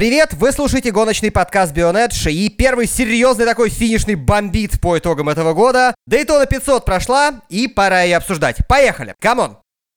привет! Вы слушаете гоночный подкаст Bionedge, и первый серьезный такой финишный бомбит по итогам этого года. Daytona 500 прошла, и пора ее обсуждать. Поехали! Камон!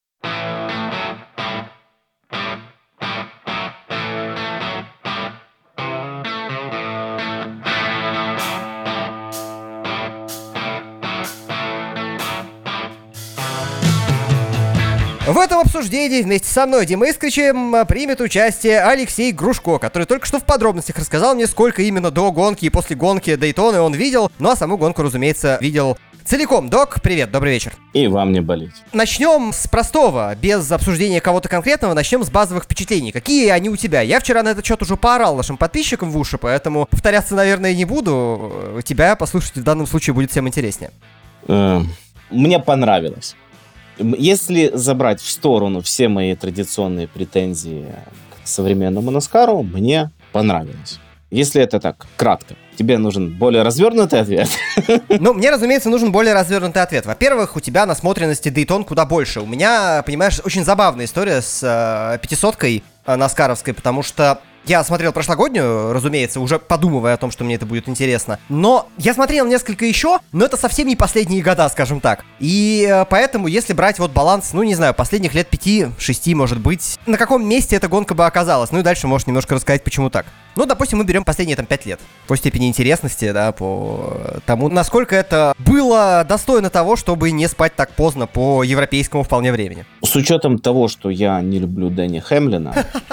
В этом обсуждении вместе со мной, Димой Искричем, примет участие Алексей Грушко, который только что в подробностях рассказал мне, сколько именно до гонки и после гонки Дейтоны он видел, ну а саму гонку, разумеется, видел целиком. Док, привет, добрый вечер. И вам не болеть. Начнем с простого, без обсуждения кого-то конкретного, начнем с базовых впечатлений. Какие они у тебя? Я вчера на этот счет уже поорал нашим подписчикам в уши, поэтому повторяться, наверное, не буду. Тебя послушать в данном случае будет всем интереснее. Мне понравилось. Если забрать в сторону все мои традиционные претензии к современному Наскару, мне понравилось. Если это так, кратко. Тебе нужен более развернутый ответ? Ну, мне, разумеется, нужен более развернутый ответ. Во-первых, у тебя насмотренности Дейтон куда больше. У меня, понимаешь, очень забавная история с 500-кой наскаровской, потому что я смотрел прошлогоднюю, разумеется, уже подумывая о том, что мне это будет интересно. Но я смотрел несколько еще, но это совсем не последние года, скажем так. И поэтому, если брать вот баланс, ну, не знаю, последних лет 5-6, может быть, на каком месте эта гонка бы оказалась? Ну и дальше можешь немножко рассказать, почему так. Ну, допустим, мы берем последние там 5 лет. По степени интересности, да, по тому, насколько это было достойно того, чтобы не спать так поздно по европейскому вполне времени. С учетом того, что я не люблю Дэнни Хэмлина...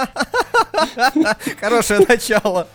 Хорошее начало.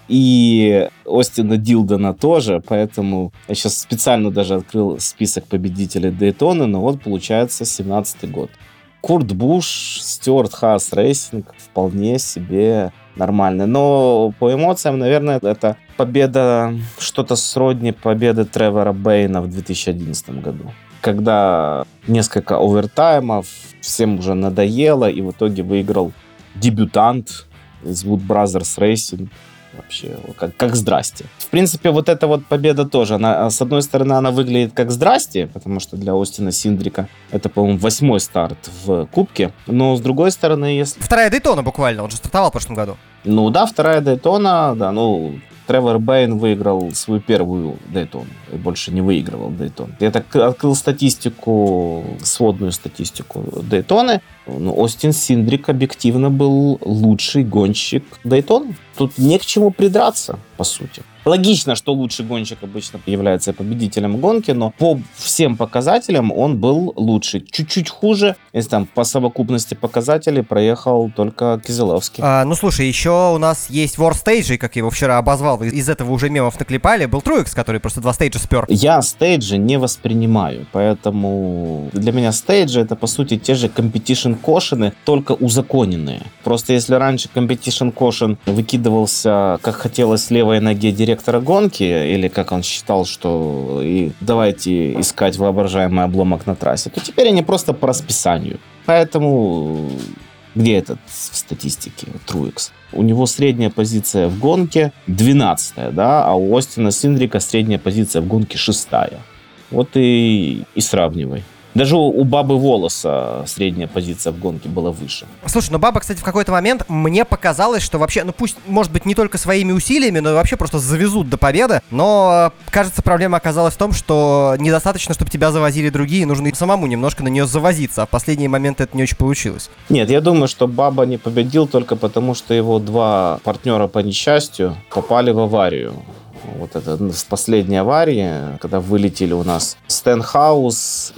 И Остина Дилдона тоже, поэтому я сейчас специально даже открыл список победителей Дейтоны, но вот получается 17-й год. Курт Буш, Стюарт Хаас Рейсинг вполне себе нормально. Но по эмоциям, наверное, это победа, что-то сродни победы Тревора Бэйна в 2011 году. Когда несколько овертаймов, всем уже надоело, и в итоге выиграл дебютант из Wood Brothers Racing. Вообще, как здрасте. В принципе, вот эта вот победа тоже, она, с одной стороны, она выглядит как здрасте, потому что для Остина Синдрика это, по-моему, 8-й старт в Кубке, но с другой стороны, если... Вторая Дейтона буквально, он же стартовал в прошлом году. Ну да, вторая Дейтона, да, ну... Тревор Бэйн выиграл свою первую Дейтону и больше не выигрывал Дейтон. Я так открыл статистику, сводную статистику Дейтоны. Ну, Остин Синдрик объективно был лучший гонщик Дейтон. Тут не к чему придраться, по сути. Логично, что лучший гонщик обычно является победителем гонки, но по всем показателям он был лучший. Чуть-чуть хуже, если там по совокупности показателей проехал только Кизеловский. Ну слушай, еще у нас есть War Stage, как его вчера обозвал, из этого уже мемов наклепали, был Труикс, который просто 2 стейджа спер. Я стейджи не воспринимаю, поэтому для меня стейджи это по сути те же competition caution, только узаконенные. Просто если раньше competition caution выкидывался, как хотелось, левой ноге директора гонки, или как он считал, что и давайте искать воображаемый обломок на трассе, то теперь они просто по расписанию. Поэтому где этот в статистике Труикс? У него средняя позиция в гонке 12-я, да, а у Остина Синдрика средняя позиция в гонке 6-я. Вот и сравнивай. Даже у Бабы Волоса средняя позиция в гонке была выше. Слушай, ну Баба, кстати, в какой-то момент мне показалось, что вообще, ну пусть, может быть, не только своими усилиями, но и вообще просто завезут до победы. Но, кажется, проблема оказалась в том, что недостаточно, чтобы тебя завозили другие, нужно и самому немножко на нее завозиться, а в последние моменты это не очень получилось. Нет, я думаю, что Баба не победил только потому, что его 2 партнера по несчастью попали в аварию. Вот это в последней аварии, когда вылетели у нас Стенхаус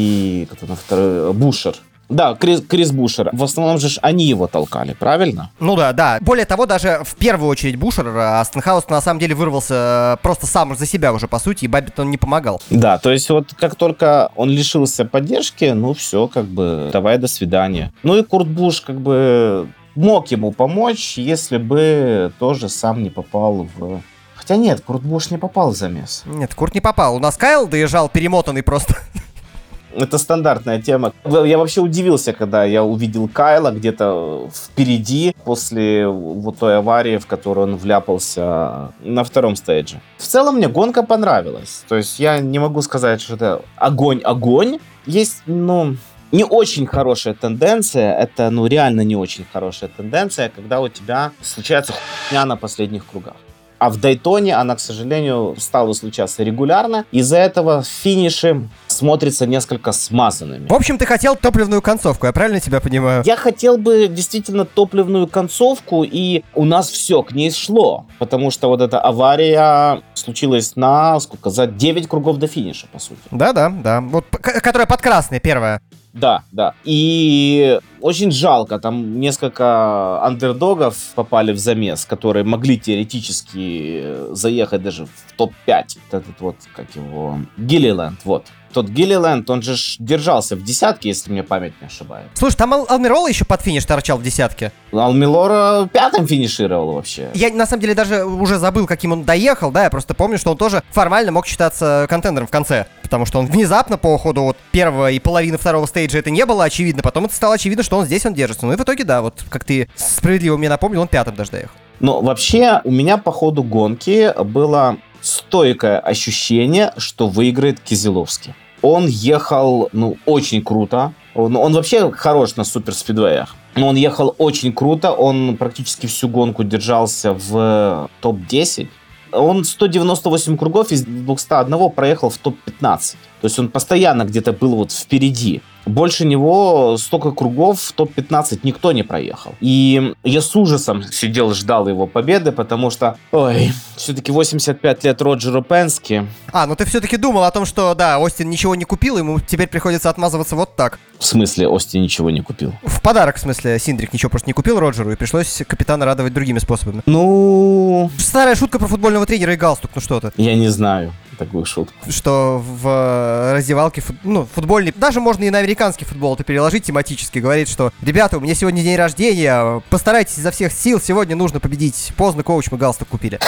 и кто-то на второй Бушер. Да, Крис Бушер. В основном же они его толкали, правильно? Ну да. Более того, даже в первую очередь Бушер, а Стенхаус на самом деле вырвался просто сам за себя уже, по сути, и Баббит он не помогал. Да, то есть вот как только он лишился поддержки, ну все, как бы, давай, до свидания. Ну и Курт Буш, как бы, мог ему помочь, если бы тоже сам не попал в... Хотя нет, Курт Буш не попал в замес. Нет, Курт не попал. У нас Кайл доезжал перемотанный просто. Это стандартная тема. Я вообще удивился, когда я увидел Кайла где-то впереди после вот той аварии, в которую он вляпался на втором стейдже. В целом мне гонка понравилась. То есть я не могу сказать, что это огонь-огонь. Есть, ну... не очень хорошая тенденция, это, реально не очень хорошая тенденция, когда у тебя случается хуйня на последних кругах. А в Дейтоне она, к сожалению, стала случаться регулярно. Из-за этого финиши смотрятся несколько смазанными. В общем, ты хотел топливную концовку, я правильно тебя понимаю? Я хотел бы действительно топливную концовку, и у нас все к ней шло. Потому что вот эта авария случилась за 9 кругов до финиша, по сути. Да. Вот, которая под красной, первая. Да. И очень жалко, там несколько андердогов попали в замес, которые могли теоретически заехать даже в топ-5. Этот вот, как его, Гиллиленд, вот. Тот Гиллиленд, он же держался в десятке, если мне память не ошибает. Слушай, там Алмирол еще под финиш торчал в десятке. Алмилора пятым финишировал вообще. Я, на самом деле, даже уже забыл, каким он доехал, да, я просто помню, что он тоже формально мог считаться контендером в конце, потому что он внезапно по ходу вот первого и половины второго стейджа это не было очевидно, потом это стало очевидно, что он здесь, он держится. Ну и в итоге, да, вот как ты справедливо мне напомнил, он пятым даже доехал. Но вообще у меня по ходу гонки было стойкое ощущение, что выиграет Кизеловский. Он ехал, очень круто. Он вообще хорош на суперспидвеях. Но он ехал очень круто. Он практически всю гонку держался в топ-10. Он 198 кругов из 201 проехал в топ-15. То есть он постоянно где-то был вот впереди. Больше него столько кругов в топ-15 никто не проехал. И я с ужасом сидел, ждал его победы, потому что, все-таки 85 лет Роджеру Пенски. Ну ты все-таки думал о том, что, да, Остин ничего не купил, ему теперь приходится отмазываться вот так. В смысле, Остин ничего не купил? В подарок, в смысле, Синдрик ничего просто не купил Роджеру, и пришлось капитана радовать другими способами. Старая шутка про футбольного тренера и галстук, что ты. Я не знаю такую шутку. Что в раздевалке, футбольный, даже можно и на американский футбол это переложить тематически, говорит, что ребята, у меня сегодня день рождения, постарайтесь изо всех сил, сегодня нужно победить. Поздно, коуч, мы галстук купили.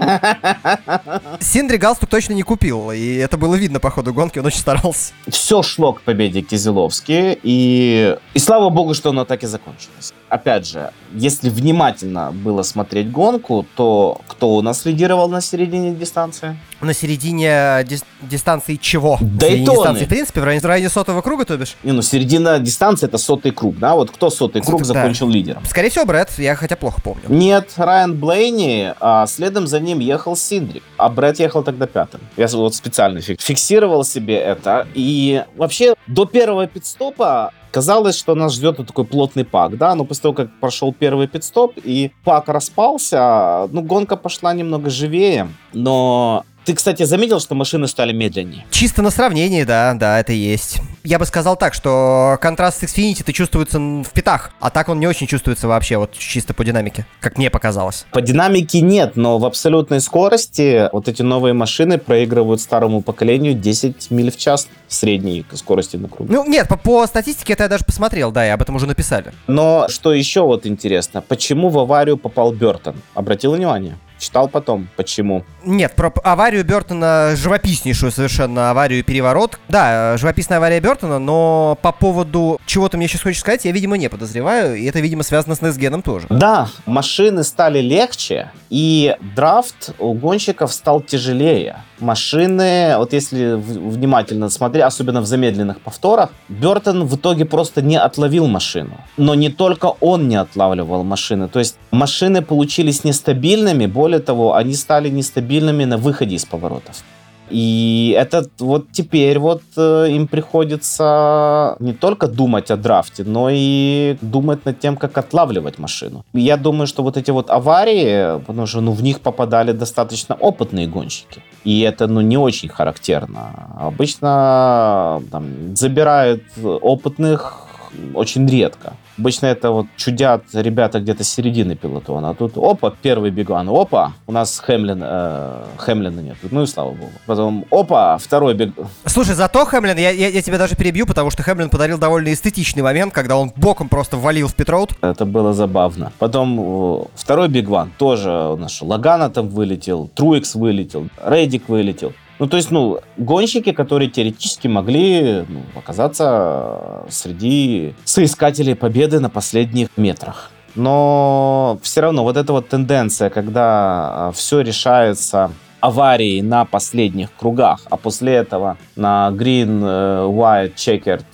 Синдри галстук точно не купил, и это было видно по ходу гонки, он очень старался. Все шло к победе Кизеловски, и слава богу, что оно так и закончилось. Опять же, если внимательно было смотреть гонку, то кто у нас лидировал на середине дистанции? На середине дистанции чего? Дейтоны. Дистанции, в принципе, в районе сотого круга, то бишь? Середина дистанции — это 100-й круг, да? Вот кто 100-й круг закончил лидером? Скорее всего, Брэд, я хотя плохо помню. Нет, Райан Блейни, а следом за ним ехал Синдрик, а Брэд ехал тогда пятым. Я вот специально фиксировал себе это. И вообще до первого пит-стопа казалось, что нас ждет вот такой плотный пак, да, но после того, как прошел первый пит-стоп и пак распался, гонка пошла немного живее, но... Ты, кстати, заметил, что машины стали медленнее? Чисто на сравнении, да, это есть. Я бы сказал так, что контраст с Xfinity чувствуется в пятах, а так он не очень чувствуется вообще, вот чисто по динамике, как мне показалось. По динамике нет, но в абсолютной скорости вот эти новые машины проигрывают старому поколению 10 миль в час средней скорости на круг. Нет, по статистике это я даже посмотрел, да, и об этом уже написали. Но что еще вот интересно, почему в аварию попал Бёртон? Обратил внимание? Читал потом, почему. Нет, про аварию Бёртона, живописнейшую совершенно аварию-переворот. Да, живописная авария Бёртона, но по поводу чего ты мне сейчас хочешь сказать, я, видимо, не подозреваю, и это, видимо, связано с Несгеном тоже. Да, машины стали легче, и драфт у гонщиков стал тяжелее. Машины, вот если внимательно смотреть, особенно в замедленных повторах, Бёртон в итоге просто не отловил машину. Но не только он не отлавливал машины, то есть машины получились нестабильными, более того, они стали нестабильными на выходе из поворотов. И это вот теперь им приходится не только думать о драфте, но и думать над тем, как отлавливать машину. И я думаю, что вот эти вот аварии, потому что в них попадали достаточно опытные гонщики. И это не очень характерно. Обычно забирают опытных очень редко. Обычно это чудят ребята где-то с середины пелотона. А тут первый бигван, у нас Хэмлина нет. И слава богу. Потом второй бигван. Слушай, зато Хэмлин, я тебя даже перебью, потому что Хэмлин подарил довольно эстетичный момент, когда он боком просто ввалил в питроуд. Это было забавно. Потом второй бигван тоже у нас Лагана там вылетел, Труикс вылетел, Рейдик вылетел. То есть, гонщики, которые теоретически могли оказаться среди соискателей победы на последних метрах. Но все равно вот эта вот тенденция, когда все решается аварией на последних кругах, а после этого на green, white, checkered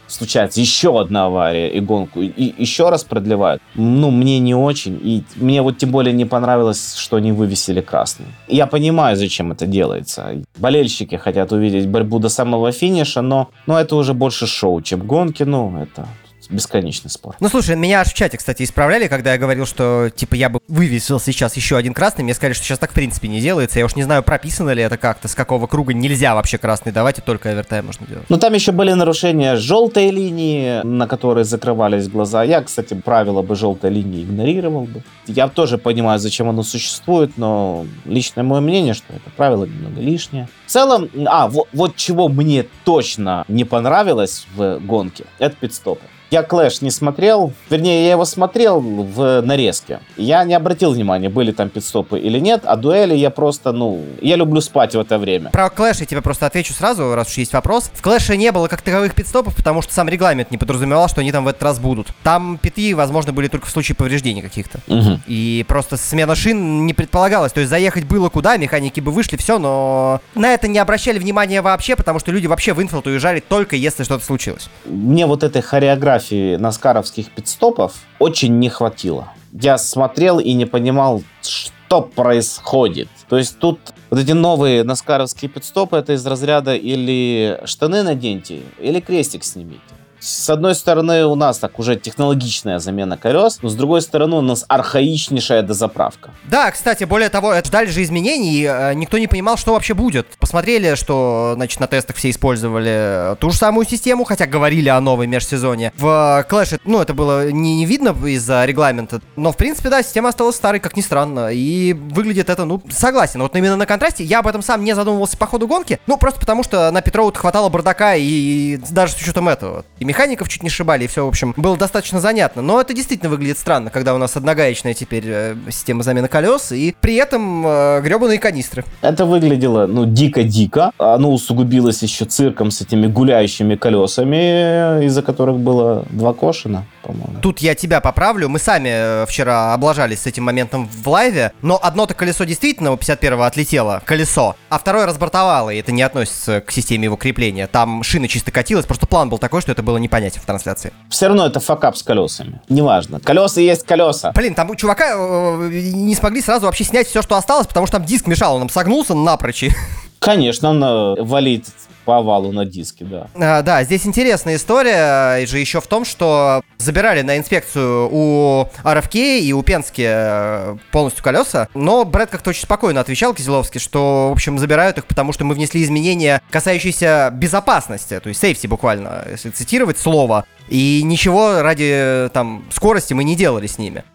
случается еще одна авария и гонку, и еще раз продлевают, ну, мне не очень. И мне вот тем более не понравилось, что они вывесили красный. Я понимаю, зачем это делается. Болельщики хотят увидеть борьбу до самого финиша, но это уже больше шоу, чем гонки, ну, это... бесконечный спор. Ну, слушай, меня аж в чате, кстати, исправляли, когда я говорил, что, типа, я бы вывесил сейчас еще один красный. Мне сказали, что сейчас так, в принципе, не делается. Я уж не знаю, прописано ли это как-то, с какого круга нельзя вообще красный давать, и только овертайм можно делать. Ну, там еще были нарушения желтой линии, на которой закрывались глаза. Я, кстати, правила бы желтой линии игнорировал бы. Я тоже понимаю, зачем оно существует, но личное мое мнение, что это правило немного лишнее. В целом, вот чего мне точно не понравилось в гонке, это пит-стопы. Я Clash не смотрел, вернее, я его смотрел в нарезке. Я не обратил внимания, были там пит-стопы или нет, а дуэли я просто, я люблю спать в это время. Про Clash я тебе просто отвечу сразу, раз уж есть вопрос. В Clash не было как таковых пит-стопов, потому что сам регламент не подразумевал, что они там в этот раз будут. Там питы, возможно, были только в случае повреждений каких-то. Угу. И просто смена шин не предполагалась. То есть заехать было куда, механики бы вышли, все, но на это не обращали внимания вообще, потому что люди вообще в инфилд уезжали только если что-то случилось. Мне вот этой хореографии наскаровских пит-стопов очень не хватило. Я смотрел и не понимал, что происходит. То есть тут вот эти новые наскаровские пит-стопы, это из разряда или штаны наденьте, или крестик снимите. С одной стороны, у нас так уже технологичная замена колес, но с другой стороны, у нас архаичнейшая дозаправка. Да, кстати, более того, ждали же изменений, и никто не понимал, что вообще будет. Посмотрели, что, значит, на тестах все использовали ту же самую систему, хотя говорили о новой межсезонье. В Clash, это было не видно из-за регламента, но, в принципе, да, система осталась старой, как ни странно, и выглядит это, согласен. Вот именно на контрасте я об этом сам не задумывался по ходу гонки, просто потому что на Петроуд хватало бардака, и даже с учетом этого. И механиков чуть не сшибали, и все, в общем, было достаточно занятно. Но это действительно выглядит странно, когда у нас одногаечная теперь система замены колес, и при этом гребаные канистры. Это выглядело, дико-дико. Оно усугубилось еще цирком с этими гуляющими колесами, из-за которых было 2 кошина, по-моему. Тут я тебя поправлю. Мы сами вчера облажались с этим моментом в лайве, но одно-то колесо действительно у 51-го отлетело, колесо, а второе разбортовало, и это не относится к системе его крепления. Там шина чисто катилась, просто план был такой, что это было непонятен в трансляции. Все равно это факап с колесами. Неважно. Колеса есть колеса. Блин, там у чувака не смогли сразу вообще снять все, что осталось, потому что там диск мешал, он там согнулся напрочь. Конечно, он валит по овалу на диске, да. Да, здесь интересная история же еще в том, что забирали на инспекцию у RFK и у Penske полностью колеса, но Брэд как-то очень спокойно отвечал, Кизеловский, что, в общем, забирают их, потому что мы внесли изменения, касающиеся безопасности, то есть сейфти буквально, если цитировать слово, и ничего ради, скорости мы не делали с ними.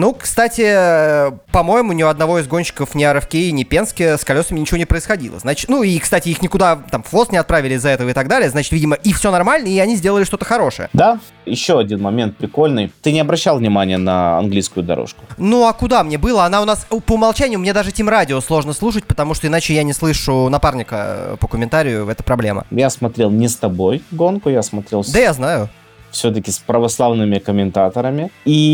Кстати, по-моему, ни у одного из гонщиков, ни RFK, ни Penske с колесами ничего не происходило. Значит, и, кстати, их никуда, в ФОС не отправили из-за этого и так далее. Значит, видимо, и все нормально, и они сделали что-то хорошее. Да, еще один момент прикольный. Ты не обращал внимания на английскую дорожку? А куда мне было? Она у нас, по умолчанию, мне даже Team Radio сложно слушать, потому что иначе я не слышу напарника по комментарию, это проблема. Я смотрел не с тобой гонку, я смотрел с... Да, я знаю. Все-таки с православными комментаторами.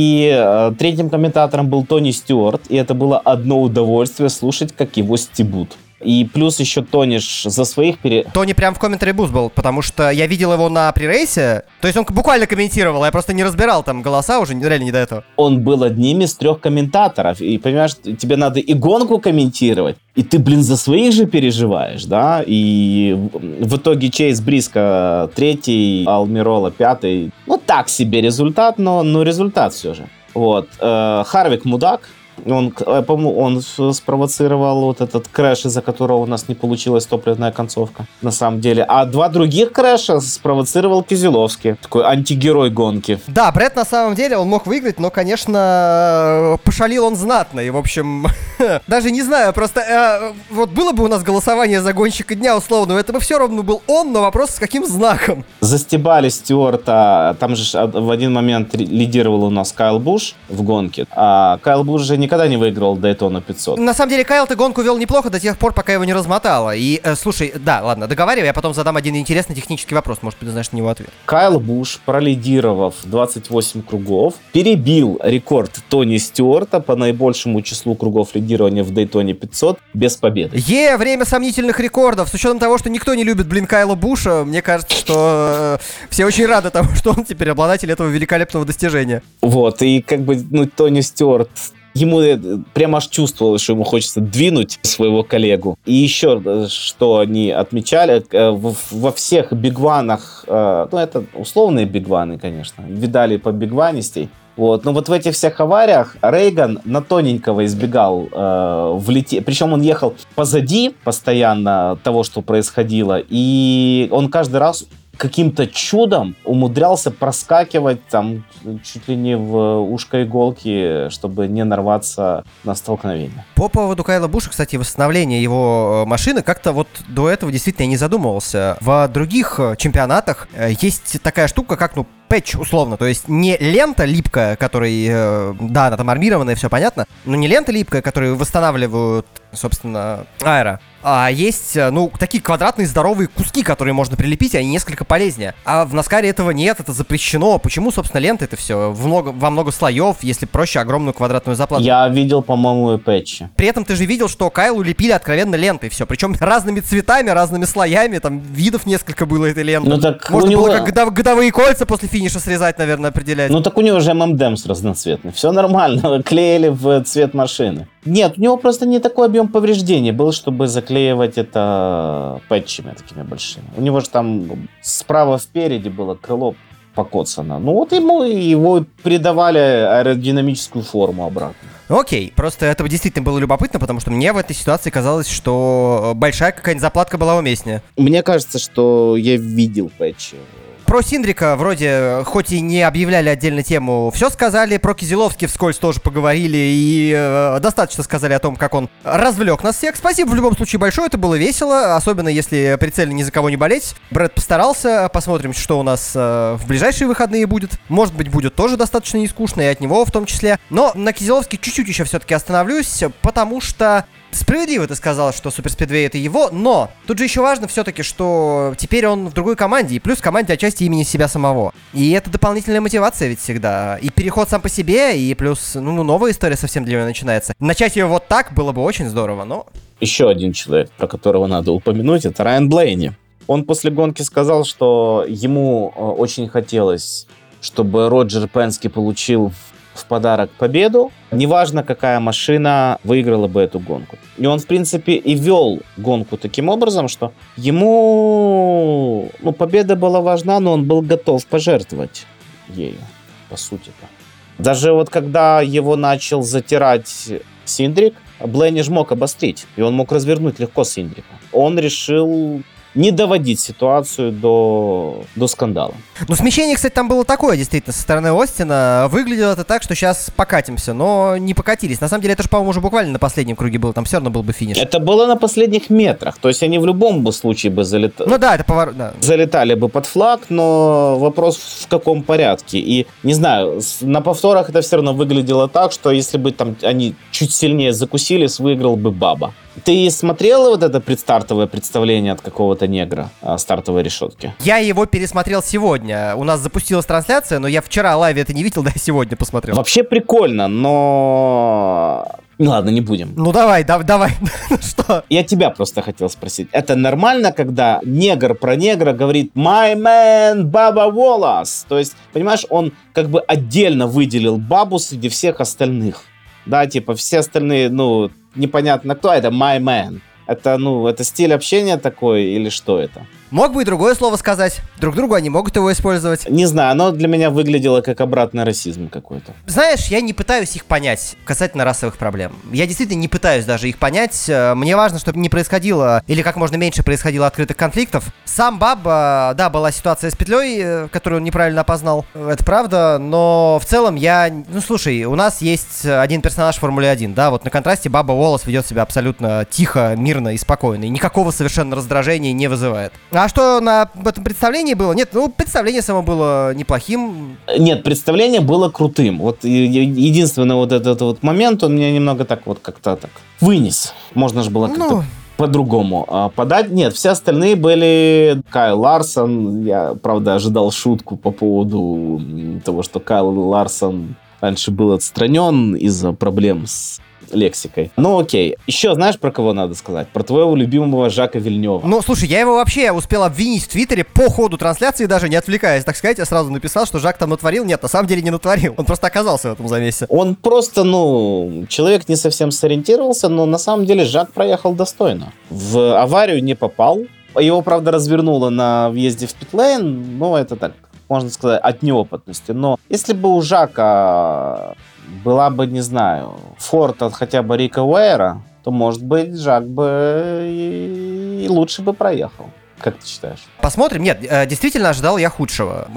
И третьим комментатором был Тони Стюарт, и это было одно удовольствие слушать, как его стебут. И плюс еще Тони за своих Тони прям в комментарии буст был, потому что я видел его на пререйсе, то есть он буквально комментировал, я просто не разбирал там голоса уже, реально не до этого. Он был одним из 3 комментаторов, и понимаешь, тебе надо и гонку комментировать, и ты, за своих же переживаешь, да, и в итоге Чейз Бриско 3-й, Алмирола 5-й, так себе результат, но результат все же. Вот, Харвик мудак. Он спровоцировал вот этот крэш, из-за которого у нас не получилась топливная концовка, на самом деле. А 2 других крэша спровоцировал Кизеловский, такой антигерой гонки. Да, Брэд на самом деле, он мог выиграть, но, конечно, пошалил он знатно. И, в общем, даже не знаю, просто вот было бы у нас голосование за гонщика дня условно, это бы все равно был он, но вопрос с каким знаком. Застебали Стюарта, там же в один момент лидировал у нас Кайл Буш в гонке, а Кайл Буш же никогда не выиграл Daytona 500. На самом деле, Кайл-то гонку вел неплохо до тех пор, пока его не размотало. И, слушай, да, ладно, договаривай, я потом задам один интересный технический вопрос, может, ты знаешь на него ответ. Кайл Буш, пролидировав 28 кругов, перебил рекорд Тони Стюарта по наибольшему числу кругов лидирования лидирования в Дейтоне 500 без победы. Время сомнительных рекордов. С учетом того, что никто не любит, Кайла Буша, мне кажется, что все очень рады тому, что он теперь обладатель этого великолепного достижения. Вот, и как бы, Тони Стюарт, ему прямо аж чувствовалось, что ему хочется двинуть своего коллегу. И еще, что они отмечали, во всех бигванах, это условные бигваны, конечно, видали по бигванистей. Вот. Но вот в этих всех авариях Рейган на тоненького избегал влететь. Причем он ехал позади постоянно того, что происходило. И он каждый раз каким-то чудом умудрялся проскакивать там чуть ли не в ушко иголки, чтобы не нарваться на столкновение. По поводу Кайла Буша, кстати, восстановление его машины, как-то вот до этого действительно я не задумывался. В других чемпионатах есть такая штука, как, пэтч, условно, то есть не лента липкая, которой, да, она там армированная, все понятно, но не лента липкая, которую восстанавливают, собственно, аэро, а есть, такие квадратные здоровые куски, которые можно прилепить, и они несколько полезнее. А в Наскаре этого нет, это запрещено. Почему, собственно, лента это все? Во много слоев, если проще, огромную квадратную заплату. Я видел, по-моему, и пэтчи. При этом ты же видел, что Кайлу лепили откровенно лентой, все, причем разными цветами, разными слоями, там видов несколько было этой ленты. Так можно было как годовые кольца после финиша срезать, наверное, определять. Так у него же ММДМС разноцветный. Все нормально, клеили в цвет машины. Нет, у него просто не такой объем повреждений был, чтобы заклеивать это пэтчами такими большими. У него же там справа впереди было крыло покоцано. Ему его придавали аэродинамическую форму обратно. Окей, просто это действительно было любопытно, потому что мне в этой ситуации казалось, что большая какая-нибудь заплатка была уместнее. Мне кажется, что я видел пэтчи. Про Синдрика вроде, хоть и не объявляли отдельно тему, все сказали, про Кизеловский вскользь тоже поговорили и достаточно сказали о том, как он развлек нас всех. Спасибо в любом случае большое, это было весело, особенно если прицельно ни за кого не болеть. Брэд постарался, посмотрим, что у нас в ближайшие выходные будет. Может быть, будет тоже достаточно нескучно, и от него в том числе. Но на Кизеловске чуть-чуть еще все-таки остановлюсь, потому что... Справедливо ты сказал, что Суперспидвей это его, но тут же еще важно все-таки, что теперь он в другой команде, и плюс в команде отчасти имени себя самого. И это дополнительная мотивация ведь всегда. И переход сам по себе, и плюс, новая история совсем для него начинается. Начать ее вот так было бы очень здорово, но... Еще один человек, про которого надо упомянуть, это Райан Блейни. Он после гонки сказал, что ему очень хотелось, чтобы Роджер Пенски получил в подарок победу. Неважно, какая машина выиграла бы эту гонку. И он, в принципе, и вел гонку таким образом, что ему победа была важна, но он был готов пожертвовать ею, по сути-то. Даже вот когда его начал затирать Синдрик, Блейни ж мог обострить, и он мог развернуть легко Синдрика. Он решил не доводить ситуацию до скандала. Смещение, кстати, там было такое, действительно, со стороны Остина. Выглядело это так, что сейчас покатимся, но не покатились. На самом деле, это же, по-моему, уже буквально на последнем круге было, там все равно был бы финиш. Это было на последних метрах, то есть они в любом бы случае бы залетали. Да, это поворот, да. Залетали бы под флаг, но вопрос в каком порядке. И, не знаю, на повторах это все равно выглядело так, что если бы там они чуть сильнее закусились, выиграл бы Баба. Ты смотрел вот это предстартовое представление от какого-то негра о стартовой решетке? Я его пересмотрел сегодня. У нас запустилась трансляция, но я вчера лайве это не видел, да, сегодня посмотрел. Вообще прикольно, но... Ладно, не будем. Давай. Что? Я тебя просто хотел спросить. Это нормально, когда негр про негра говорит «My man, Баба Волос»? То есть, понимаешь, он как бы отдельно выделил Бабу среди всех остальных. Да, типа все остальные, непонятно кто, это my man. Это стиль общения такой или что это? Мог бы и другое слово сказать. Друг другу они могут его использовать. Не знаю, оно для меня выглядело как обратный расизм какой-то. Знаешь, я не пытаюсь их понять касательно расовых проблем. Я действительно не пытаюсь даже их понять. Мне важно, чтобы не происходило, или как можно меньше происходило открытых конфликтов. Сам Баба, да, была ситуация с петлей, которую он неправильно опознал. Это правда, но в целом слушай, у нас есть один персонаж в Формуле 1, да, вот на контрасте Баба Волос ведет себя абсолютно тихо, мирно и спокойно, и никакого совершенно раздражения не вызывает. А что в этом представлении было? Нет, представление само было неплохим. Нет, представление было крутым. Вот единственный вот этот вот момент, он меня немного так вот как-то так вынес. Можно же было как-то по-другому подать. Нет, все остальные были Кайл Ларсон. Я, правда, ожидал шутку по поводу того, что Кайл Ларсон раньше был отстранен из-за проблем с лексикой. Ну окей. Еще знаешь, про кого надо сказать? Про твоего любимого Жака Вильнёва. Ну, слушай, я его вообще успел обвинить в Твиттере по ходу трансляции, даже не отвлекаясь, так сказать. Я сразу написал, что Жак там натворил. Нет, на самом деле не натворил. Он просто оказался в этом замесе. Он просто, человек не совсем сориентировался, но на самом деле Жак проехал достойно. В аварию не попал. Его, правда, развернуло на въезде в питлейн, но это так, можно сказать, от неопытности. Но если бы у Жака была бы, не знаю, форт от хотя бы Рика Уэйра, то, может быть, Жак бы и лучше бы проехал. Как ты считаешь? Посмотрим. Нет, действительно, ожидал я худшего.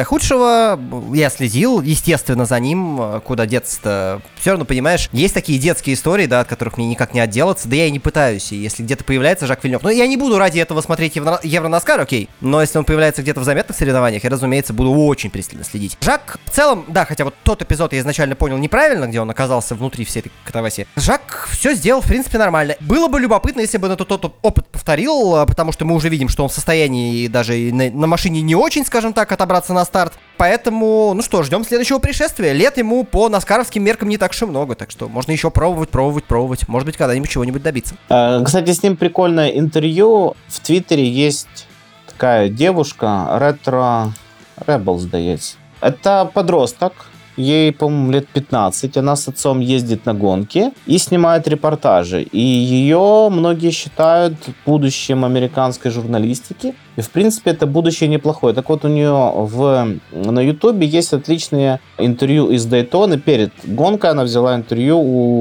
Я следил, естественно, за ним, куда деться-то. Все равно, понимаешь, есть такие детские истории, да, от которых мне никак не отделаться, да я и не пытаюсь. И если где-то появляется Жак Вильнёв, я не буду ради этого смотреть Евронаскар, окей, но если он появляется где-то в заметных соревнованиях, я, разумеется, буду очень пристально следить. Жак, в целом, да, хотя вот тот эпизод я изначально понял неправильно, где он оказался внутри всей этой катавасии. Жак все сделал, в принципе, нормально. Было бы любопытно, если бы он тот опыт повторил, потому что мы уже видим, что он в состоянии даже на машине не очень, скажем так, отобраться на старт. Поэтому, ждем следующего пришествия. Лет ему по наскаровским меркам не так уж и много, так что можно еще пробовать. Может быть, когда-нибудь чего-нибудь добиться. Кстати, с ним прикольное интервью. В Твиттере есть такая девушка, Ретро Rebel, сдается. Это подросток. Ей, по-моему, лет 15. Она с отцом ездит на гонки и снимает репортажи. И ее многие считают будущим американской журналистики. И, в принципе, это будущее неплохое. Так вот, у нее на Ютубе есть отличные интервью из Дейтоны. Перед гонкой она взяла интервью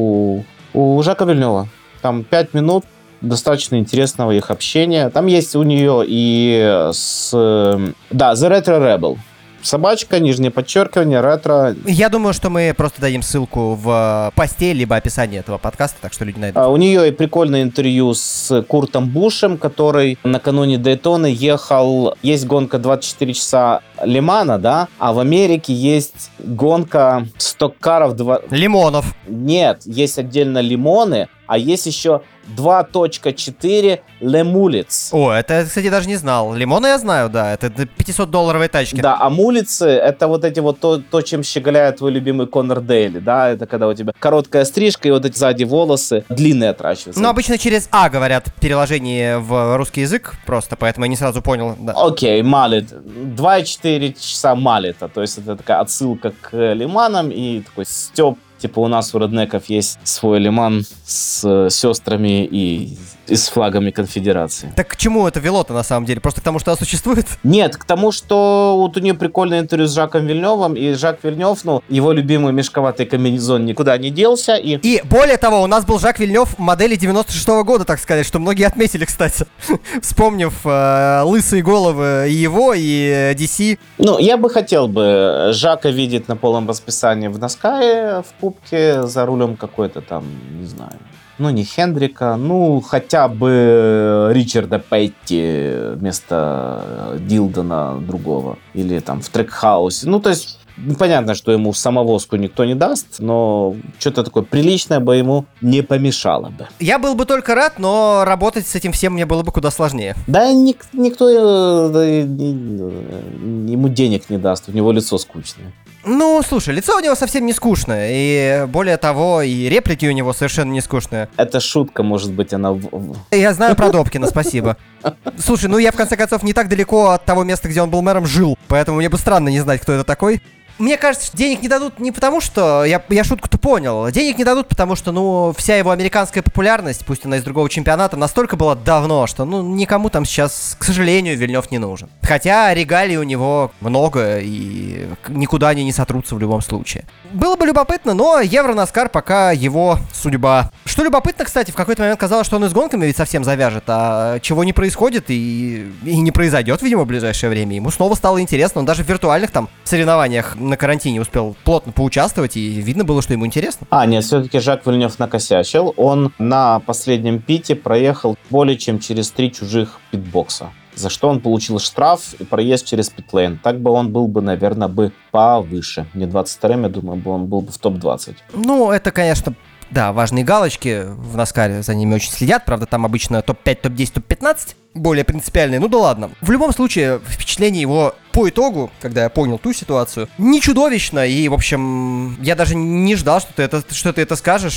у Жака Вильнёва. Там 5 минут достаточно интересного их общения. Там есть у нее и The Retro Rebel. Собачка, нижнее подчеркивание, ретро. Я думаю, что мы просто дадим ссылку в посте, либо описании этого подкаста, так что люди найдут. У нее и прикольное интервью с Куртом Бушем, который накануне Дейтоны ехал. Есть гонка 24 часа Лимана, да? А в Америке есть гонка стоккаров... Лимонов. Нет, есть отдельно лимоны, а есть еще 2.4 Лемулиц. О, это, кстати, даже не знал. Лимоны я знаю, да. Это $500 тачки. Да, а мулицы — это вот эти вот то, чем щеголяет твой любимый Конор Дейли, да? Это когда у тебя короткая стрижка и вот эти сзади волосы длинные отращиваются. Ну, обычно через «а» говорят переложение в русский язык, просто, поэтому я не сразу понял. Да. Окей, малит. 2,4 часа малита. То есть это такая отсылка к лиманам и такой стёб. Типа у нас у реднеков есть свой лиман с сестрами и с флагами конфедерации. Так к чему это вело-то на самом деле? Просто к тому, что она существует? Нет, к тому, что вот у нее прикольное интервью с Жаком Вильнёвым, и Жак Вильнёв, его любимый мешковатый комбинезон никуда не делся. И более того, у нас был Жак Вильнёв модели 96-го года, так сказать, что многие отметили, кстати, вспомнив лысые головы и его, и DC. Я бы хотел Жака видеть на полном расписании в Наскаре, в Кубке, за рулем какой-то там, не знаю, не Хендрика, хотя бы Ричарда Петти вместо Дилдена другого. Или там в Трекхаусе. То есть, понятно, что ему самовозку никто не даст, но что-то такое приличное бы ему не помешало бы. Я был бы только рад, но работать с этим всем мне было бы куда сложнее. Да, никто ему денег не даст, у него лицо скучное. Слушай, лицо у него совсем не скучное, и более того, и реплики у него совершенно не скучные. Это шутка, может быть, она... Я знаю про Добкина, спасибо. Слушай, я в конце концов не так далеко от того места, где он был мэром, жил, поэтому мне бы странно не знать, кто это такой. Мне кажется, что денег не дадут не потому, что... Я шутку-то понял. Денег не дадут, потому что, вся его американская популярность, пусть она из другого чемпионата, настолько была давно, что, никому там сейчас, к сожалению, Вильнёв не нужен. Хотя регалий у него много, и никуда они не сотрутся в любом случае. Было бы любопытно, но Евронаскар пока его судьба. Что любопытно, кстати, в какой-то момент казалось, что он и с гонками ведь совсем завяжет, а чего не происходит и не произойдет, видимо, в ближайшее время. Ему снова стало интересно, он даже в виртуальных там соревнованиях на карантине успел плотно поучаствовать, и видно было, что ему интересно. Нет, все-таки Жак Вильнёв накосячил. Он на последнем пите проехал более чем через 3 чужих питбокса, за что он получил штраф и проезд через питлейн. Так бы он был бы, наверное, повыше. Не 22-м, я думаю, он был бы в топ-20. Это, конечно... Да, важные галочки в Наскаре, за ними очень следят. Правда, там обычно топ-5, топ-10, топ-15. более принципиальные. Ну да ладно. В любом случае, впечатление его по итогу, когда я понял ту ситуацию, не чудовищно. И, в общем, я даже не ждал, что ты это скажешь,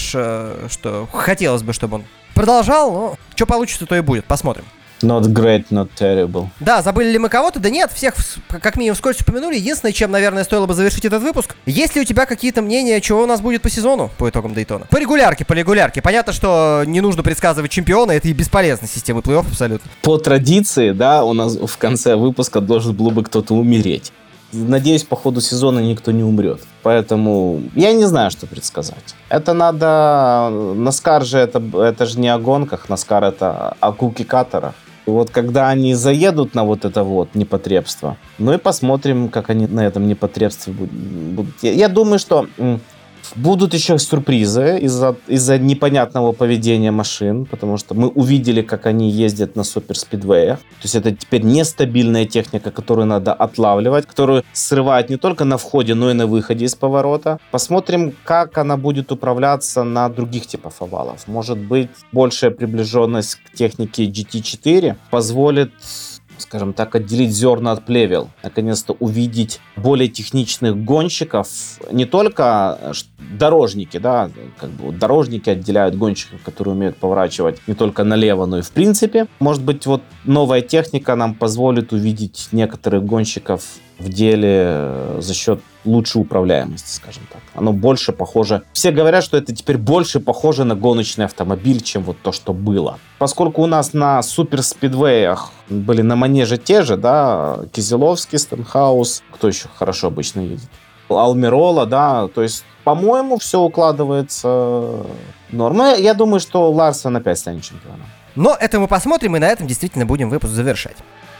что хотелось бы, чтобы он продолжал. Но что получится, то и будет. Посмотрим. Not great, not terrible. Да, забыли ли мы кого-то? Да нет, всех как минимум вскользь упомянули. Единственное, чем, наверное, стоило бы завершить этот выпуск. Есть ли у тебя какие-то мнения, чего у нас будет по сезону, по итогам Дейтона? По регулярке. Понятно, что не нужно предсказывать чемпиона, это и бесполезно системы плей-офф абсолютно. По традиции, да, у нас в конце выпуска должен был бы кто-то умереть. Надеюсь, по ходу сезона никто не умрет. Поэтому я не знаю, что предсказать. Это надо... Наскар же это же не о гонках. Наскар это о куки-каторах. И вот когда они заедут на вот это вот непотребство, ну и посмотрим, как они на этом непотребстве будут. Я думаю, что будут еще сюрпризы из-за непонятного поведения машин, потому что мы увидели, как они ездят на суперспидвеях. То есть это теперь нестабильная техника, которую надо отлавливать, которую срывают не только на входе, но и на выходе из поворота. Посмотрим, как она будет управляться на других типах овалов. Может быть, большая приближенность к технике GT4 позволит, скажем так, отделить зерна от плевел. Наконец-то увидеть более техничных гонщиков. Не только дорожники, да, как бы дорожники отделяют гонщиков, которые умеют поворачивать не только налево, но и в принципе. Может быть, вот новая техника нам позволит увидеть некоторых гонщиков в деле за счет лучшей управляемости, скажем так. Оно больше похоже... Все говорят, что это теперь больше похоже на гоночный автомобиль, чем вот то, что было. Поскольку у нас на суперспидвеях были на манеже те же, да, Кизеловский, Стенхаус, кто еще хорошо обычно едет? Алмирола, да, то есть, по-моему, все укладывается норм. Но я думаю, что Ларсон опять станет чемпионом. Но это мы посмотрим, и на этом действительно будем выпуск завершать.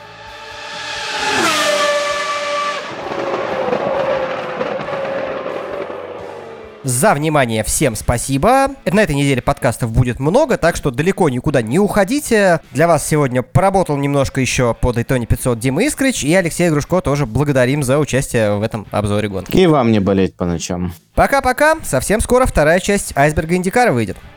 За внимание всем спасибо. На этой неделе подкастов будет много, так что далеко никуда не уходите. Для вас сегодня поработал немножко еще по Daytona 500 Дима Искрич, и Алексея Грушко тоже благодарим за участие в этом обзоре гонки. И вам не болеть по ночам. Пока-пока. Совсем скоро вторая часть Айсберга Индикара выйдет.